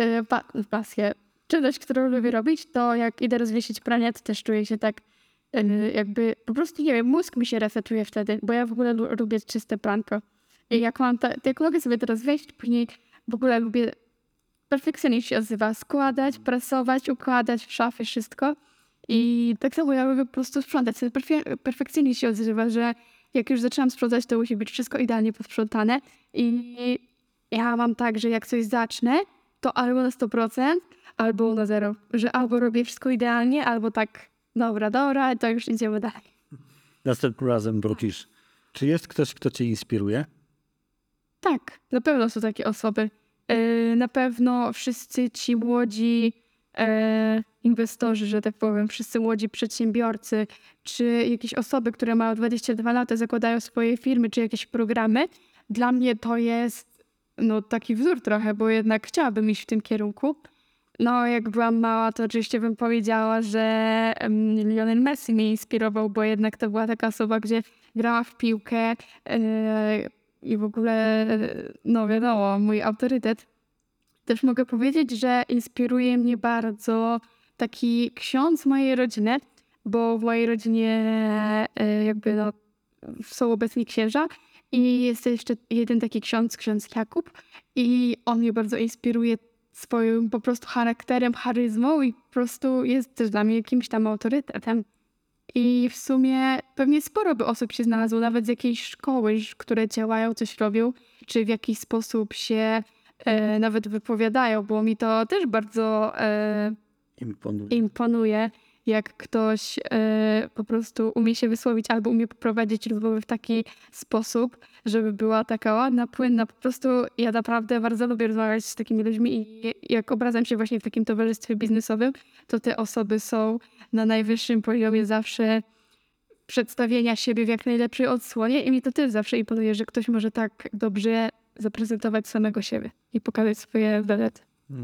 czynność, którą lubię robić, to jak idę rozwiesić pranie, to też czuję się tak jakby, po prostu nie wiem, mózg mi się resetuje wtedy, bo ja w ogóle lubię czyste pranko. I jak mogę sobie to rozwieść, później w ogóle lubię, perfekcjonizm się odzywa, składać, prasować, układać w szafie wszystko. I tak samo ja lubię po prostu sprzątać. Perfekcjonizm się odzywa, że jak już zaczęłam sprzątać, to musi być wszystko idealnie posprzątane. I ja mam tak, że jak coś zacznę, to albo na 100%, albo na 0. Że albo robię wszystko idealnie, albo tak dobra, to już idziemy dalej. Następnym razem wrócisz. Czy jest ktoś, kto cię inspiruje? Tak, na pewno są takie osoby. Na pewno wszyscy ci młodzi inwestorzy, że tak powiem, wszyscy młodzi przedsiębiorcy, czy jakieś osoby, które mają 22 lata, zakładają swoje firmy, czy jakieś programy. Dla mnie to jest taki wzór trochę, bo jednak chciałabym iść w tym kierunku. No, jak byłam mała, to oczywiście bym powiedziała, że Lionel Messi mnie inspirował, bo jednak to była taka osoba, gdzie grała w piłkę i w ogóle, wiadomo, mój autorytet. Też mogę powiedzieć, że inspiruje mnie bardzo taki ksiądz mojej rodziny, bo w mojej rodzinie są obecni księża i jest jeszcze jeden taki ksiądz Jakub i on mnie bardzo inspiruje swoim po prostu charakterem, charyzmą i po prostu jest też dla mnie jakimś tam autorytetem. I w sumie pewnie sporo by osób się znalazło, nawet z jakiejś szkoły, które działają, coś robią, czy w jakiś sposób się nawet wypowiadają, bo mi to też bardzo imponuje, jak ktoś po prostu umie się wysłowić albo umie poprowadzić rozmowę w taki sposób, żeby była taka ładna, płynna. Po prostu ja naprawdę bardzo lubię rozmawiać z takimi ludźmi i jak obracam się właśnie w takim towarzystwie biznesowym, to te osoby są na najwyższym poziomie zawsze przedstawienia siebie w jak najlepszej odsłonie i mi to też zawsze imponuje, że ktoś może tak dobrze zaprezentować samego siebie i pokazać swoje zalety.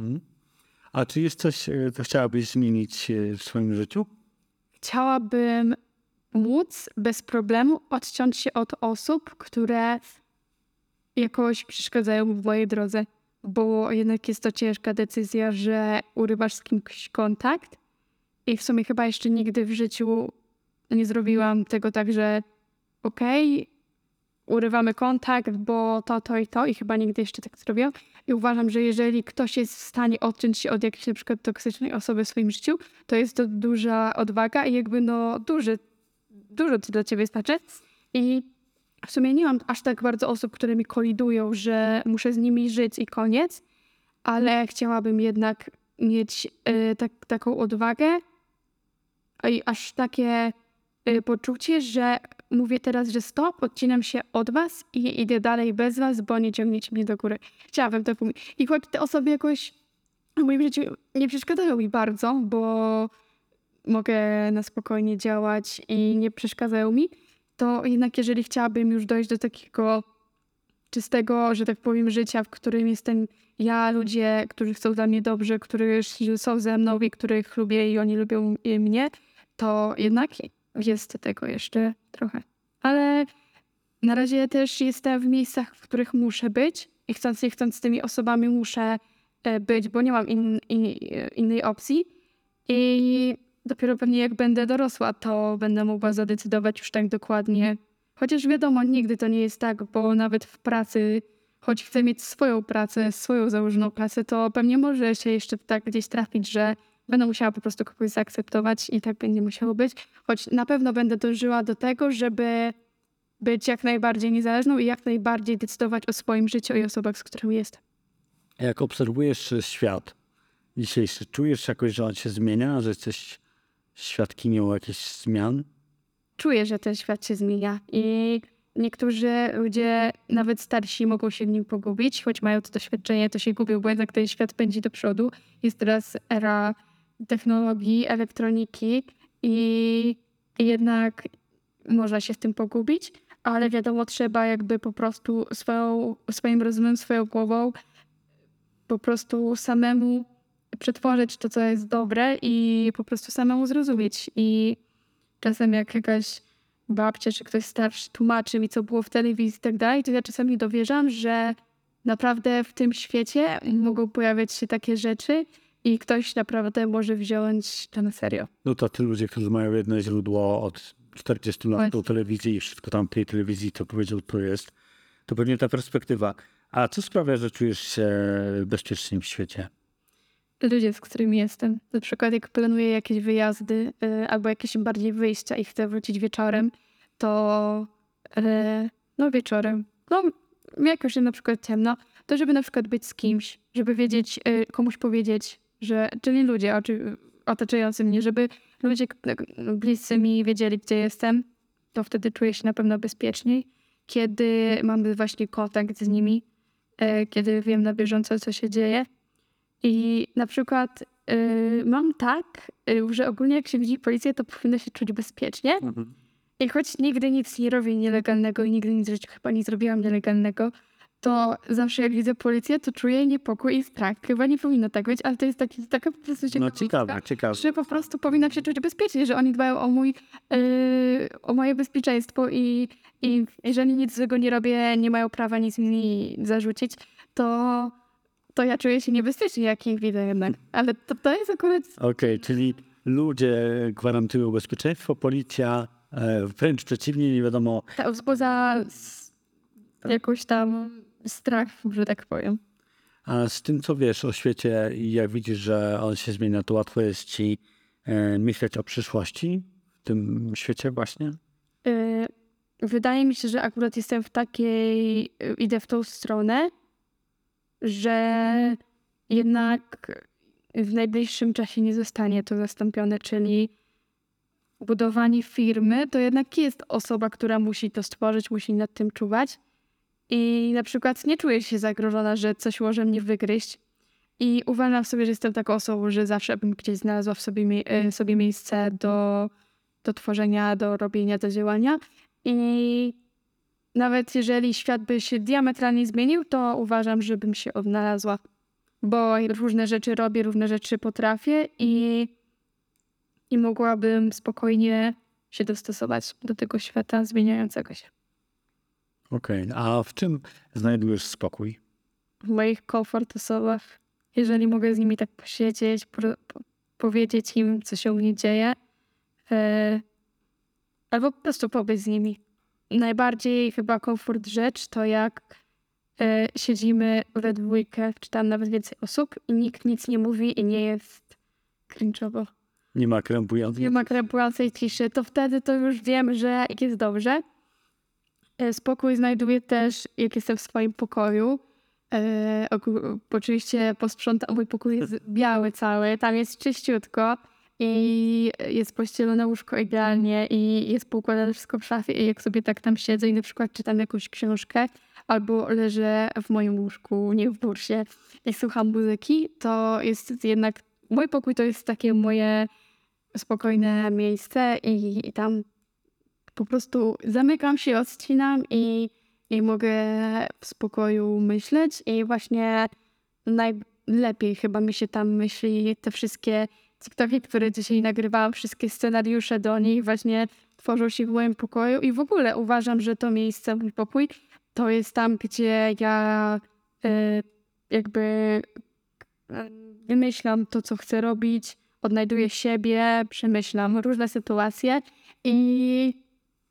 A czy jest coś, co chciałabyś zmienić w swoim życiu? Chciałabym móc bez problemu odciąć się od osób, które jakoś przeszkadzają w mojej drodze, bo jednak jest to ciężka decyzja, że urywasz z kimś kontakt i w sumie chyba jeszcze nigdy w życiu nie zrobiłam tego tak, że urywamy kontakt, bo to i to i chyba nigdy jeszcze tak zrobiłam. I uważam, że jeżeli ktoś jest w stanie odciąć się od jakiejś na przykład toksycznej osoby w swoim życiu, to jest to duża odwaga i jakby dużo to dla ciebie znaczy. I w sumie nie mam aż tak bardzo osób, które mi kolidują, że muszę z nimi żyć i koniec, ale chciałabym jednak mieć taką odwagę i aż takie poczucie, że mówię teraz, że stop, odcinam się od was i idę dalej bez was, bo nie ciągniecie mnie do góry. Chciałabym to powiedzieć. I choć te osoby jakoś w moim życiu nie przeszkadzają mi bardzo, bo mogę na spokojnie działać i nie przeszkadzają mi, to jednak jeżeli chciałabym już dojść do takiego czystego, że tak powiem, życia, w którym jestem ja, ludzie, którzy chcą dla mnie dobrze, którzy są ze mną i których lubię i oni lubią mnie, to jednak jest tego jeszcze trochę. Ale na razie też jestem w miejscach, w których muszę być i chcąc nie chcąc z tymi osobami muszę być, bo nie mam innej opcji. I dopiero pewnie jak będę dorosła, to będę mogła zadecydować już tak dokładnie, Chociaż wiadomo, nigdy to nie jest tak, bo nawet w pracy, choć chcę mieć swoją pracę, swoją założoną pracę, to pewnie może się jeszcze tak gdzieś trafić, że będę musiała po prostu kogoś zaakceptować i tak będzie musiało być. Choć na pewno będę dążyła do tego, żeby być jak najbardziej niezależną i jak najbardziej decydować o swoim życiu i osobach, z którymi jestem. Jak obserwujesz świat dzisiejszy, czujesz jakoś, że on się zmienia, że jesteś świadkinią jakichś zmian? Czuję, że ten świat się zmienia i niektórzy ludzie, nawet starsi, mogą się w nim pogubić, choć mają to doświadczenie, to się gubią, bo jednak ten świat pędzi do przodu. Jest teraz era technologii, elektroniki i jednak można się w tym pogubić, ale wiadomo, trzeba jakby po prostu swoim rozumem, swoją głową po prostu samemu przetworzyć to, co jest dobre i po prostu samemu zrozumieć. I czasem jak jakaś babcia czy ktoś starszy tłumaczy mi, co było w telewizji i tak dalej, to ja czasami dowierzam, że naprawdę w tym świecie mogą pojawiać się takie rzeczy i ktoś naprawdę może wziąć to na serio. No to ci ludzie, którzy mają jedno źródło od 40 lat do telewizji i wszystko tam w tej telewizji, co powiedział, to jest, to pewnie ta perspektywa. A co sprawia, że czujesz się bezpiecznie w świecie? Ludzie, z którymi jestem. Na przykład jak planuję jakieś wyjazdy albo jakieś bardziej wyjścia i chcę wrócić wieczorem, to no wieczorem, no jak już jest na przykład ciemno, to żeby na przykład być z kimś, żeby wiedzieć, komuś powiedzieć, że, czyli ludzie otaczający mnie, żeby ludzie bliscy mi wiedzieli, gdzie jestem, to wtedy czuję się na pewno bezpieczniej, kiedy mamy właśnie kontakt z nimi, kiedy wiem na bieżąco, co się dzieje. I na przykład mam tak, że ogólnie jak się widzi policję, to powinno się czuć bezpiecznie. I choć nigdy nic nie robię nielegalnego i nigdy nic w życiu chyba nie zrobiłam nielegalnego, to zawsze jak widzę policję, to czuję niepokój i strach. Chyba nie powinno tak być, ale to jest taka po prostu No ciekawostka, ciekawe. że po prostu powinnam się czuć bezpiecznie, że oni dbają o moje bezpieczeństwo i jeżeli nic złego nie robię, nie mają prawa nic mi zarzucić, to ja czuję się niebezpiecznie, jak ich widzę jednak. Ale to jest akurat... Okej, czyli ludzie gwarantują bezpieczeństwo, policja wręcz przeciwnie, nie wiadomo. Ta wzbudza jakoś tam strach, że tak powiem. A z tym, co wiesz o świecie i jak widzisz, że on się zmienia, to łatwo jest ci myśleć o przyszłości w tym świecie właśnie? Wydaje mi się, że akurat jestem w takiej... Idę w tą stronę, że jednak w najbliższym czasie nie zostanie to zastąpione, czyli budowanie firmy to jednak jest osoba, która musi to stworzyć, musi nad tym czuwać i na przykład nie czuję się zagrożona, że coś może mnie wygryźć i uważam sobie, że jestem taką osobą, że zawsze bym gdzieś znalazła w sobie miejsce do tworzenia, do robienia, do działania i nawet jeżeli świat by się diametralnie zmienił, to uważam, że bym się odnalazła, bo różne rzeczy robię, różne rzeczy potrafię i mogłabym spokojnie się dostosować do tego świata zmieniającego się. Okej, a w czym znajdujesz spokój? W moich komfort osobach, jeżeli mogę z nimi tak posiedzieć, powiedzieć im, co się u mnie dzieje, albo po prostu pobyć z nimi. Najbardziej chyba komfort rzecz to jak siedzimy we dwójkę, czy tam nawet więcej osób i nikt nic nie mówi i nie jest cringe'owo. Nie ma krępujących? Nie ma krępującej ciszy, to wtedy to już wiem, że jest dobrze. Spokój znajduję też, jak jestem w swoim pokoju. Oczywiście posprzątam, mój pokój jest biały cały, tam jest czyściutko i jest pościelone łóżko idealnie i jest poukładane wszystko w szafie i jak sobie tak tam siedzę i na przykład czytam jakąś książkę albo leżę w moim łóżku, nie w bursie i słucham muzyki, to jest jednak, mój pokój to jest takie moje spokojne miejsce i tam po prostu zamykam się, odcinam i mogę w spokoju myśleć i właśnie najlepiej chyba mi się tam myśli te wszystkie TikToki, które dzisiaj nagrywałam, wszystkie scenariusze do nich właśnie tworzą się w moim pokoju i w ogóle uważam, że to miejsce, mój pokój, to jest tam, gdzie ja jakby wymyślam to, co chcę robić, odnajduję siebie, przemyślam różne sytuacje i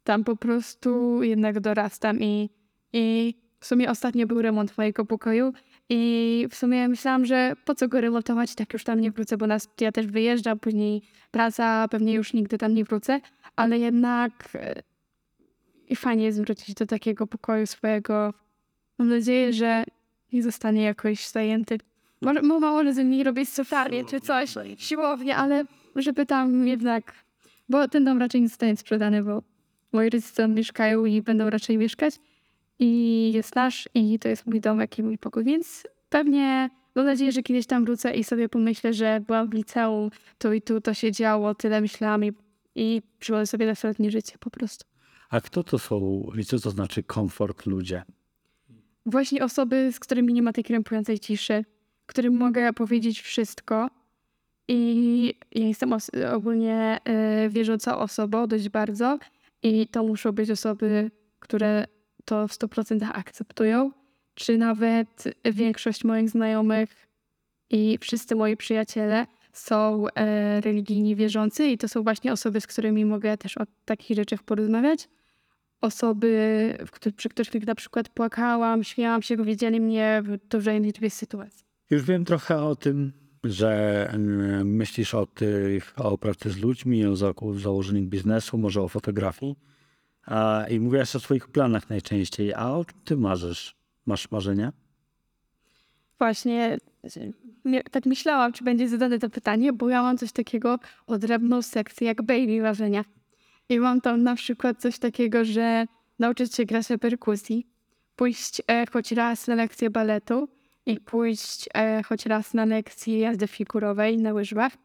tam po prostu jednak dorastam i w sumie ostatnio był remont mojego pokoju i w sumie myślałam, że po co go remontować, tak już tam nie wrócę, bo ja też wyjeżdżam, później praca, pewnie już nigdy tam nie wrócę, ale jednak i fajnie jest wrócić do takiego pokoju swojego. Mam nadzieję, że nie zostanie jakoś zajęty. Może ze mnie robić sofarię czy coś, siłownię, ale żeby tam jednak, bo ten dom raczej nie zostanie sprzedany, bo moi rodzice tam mieszkają i będą raczej mieszkać i jest nasz i to jest mój domek i mój pokój, więc pewnie mam nadzieję, że kiedyś tam wrócę i sobie pomyślę, że byłam w liceum, tu i tu to się działo, tyle myślałam i przywołę sobie nastoletnie życie po prostu. A kto to są, i co to znaczy komfort ludzie? Właśnie osoby, z którymi nie ma tej krępującej ciszy, którym mogę powiedzieć wszystko. I ja jestem ogólnie wierzącą osobą dość bardzo i to muszą być osoby, które to w 100% akceptują, czy nawet większość moich znajomych i wszyscy moi przyjaciele są religijni wierzący i to są właśnie osoby, z którymi mogę też o takich rzeczach porozmawiać. Osoby, przy których na przykład płakałam, śmiałam się, widzieli mnie w dużej liczbie sytuacji. Już wiem trochę o tym, że myślisz o pracy z ludźmi, o założeniu biznesu, może o fotografii. I mówiłaś o swoich planach najczęściej. A o czym ty marzysz? Masz marzenia? Właśnie tak myślałam, czy będzie zadane to pytanie, bo ja mam coś takiego odrębną sekcję jak baby marzenia. I mam tam na przykład coś takiego, że nauczyć się grać na perkusji, pójść choć raz na lekcję baletu i pójść choć raz na lekcję jazdy figurowej na łyżwach.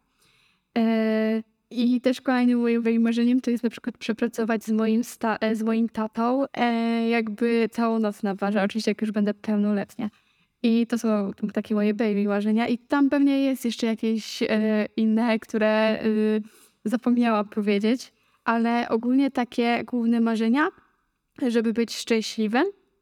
I też kolejnym moim marzeniem to jest na przykład przepracować z moim tatą jakby całą noc na barze, oczywiście jak już będę pełnoletnia. I to są takie moje baby marzenia i tam pewnie jest jeszcze jakieś inne, które zapomniałam powiedzieć, ale ogólnie takie główne marzenia, żeby być szczęśliwym,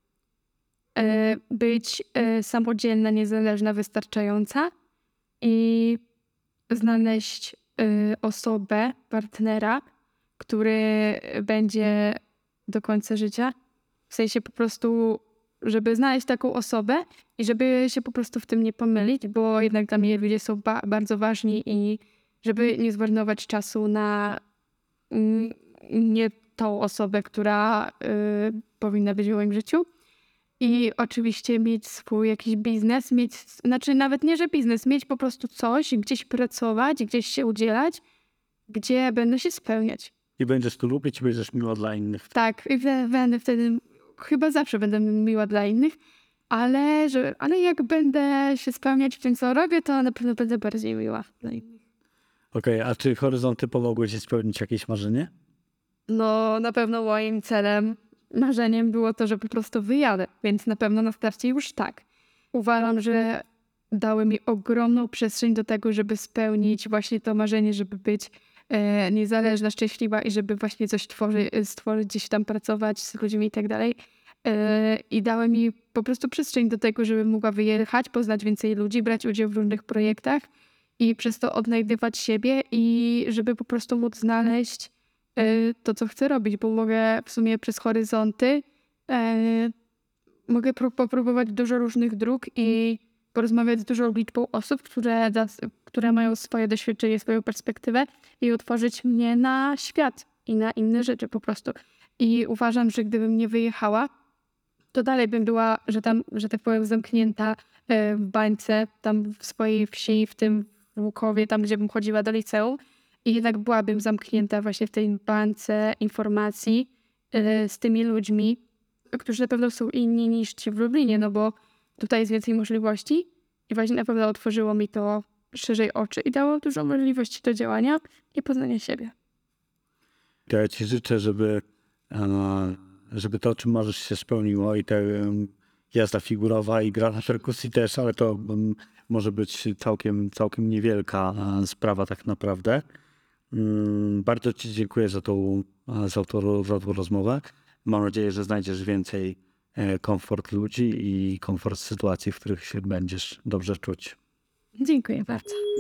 być samodzielna, niezależna, wystarczająca i znaleźć osobę, partnera, który będzie do końca życia. W sensie po prostu, żeby znaleźć taką osobę i żeby się po prostu w tym nie pomylić, bo jednak dla mnie ludzie są bardzo ważni i żeby nie zmarnować czasu na nie tą osobę, która powinna być w moim życiu. I oczywiście mieć swój jakiś biznes, znaczy nawet nie, że biznes, mieć po prostu coś, gdzieś pracować, gdzieś się udzielać, gdzie będę się spełniać. I będziesz tu lubić i będziesz miła dla innych. Tak, i będę wtedy, chyba zawsze będę miła dla innych, ale jak będę się spełniać w tym, co robię, to na pewno będę bardziej miła dla innych. Okej, a czy horyzonty pomogły ci spełnić jakieś marzenie? No na pewno moim marzeniem było to, że po prostu wyjadę, więc na pewno na starcie już tak. Uważam, że dały mi ogromną przestrzeń do tego, żeby spełnić właśnie to marzenie, żeby być niezależna, szczęśliwa i żeby właśnie coś stworzyć, gdzieś tam pracować z ludźmi i tak dalej. I dały mi po prostu przestrzeń do tego, żebym mogła wyjechać, poznać więcej ludzi, brać udział w różnych projektach i przez to odnajdywać siebie i żeby po prostu móc znaleźć to, co chcę robić, bo mogę w sumie przez horyzonty mogę popróbować dużo różnych dróg i porozmawiać z dużą liczbą osób, które mają swoje doświadczenie, swoją perspektywę i otworzyć mnie na świat i na inne rzeczy po prostu. I uważam, że gdybym nie wyjechała, to dalej bym była, że tak powiem, zamknięta w bańce, tam w swojej wsi, w tym Łukowie, tam gdzie bym chodziła do liceum. I jednak byłabym zamknięta właśnie w tej bańce informacji z tymi ludźmi, którzy na pewno są inni niż ci w Lublinie, no bo tutaj jest więcej możliwości i właśnie na pewno otworzyło mi to szerzej oczy i dało dużo możliwości do działania i poznania siebie. Ja ci życzę, żeby to, o czym marzysz, się spełniło i ta jazda figurowa i gra na perkusji też, ale to może być całkiem niewielka sprawa tak naprawdę. Bardzo ci dziękuję za tą rozmowę. Mam nadzieję, że znajdziesz więcej komfort ludzi i komfort sytuacji, w których się będziesz dobrze czuć. Dziękuję bardzo.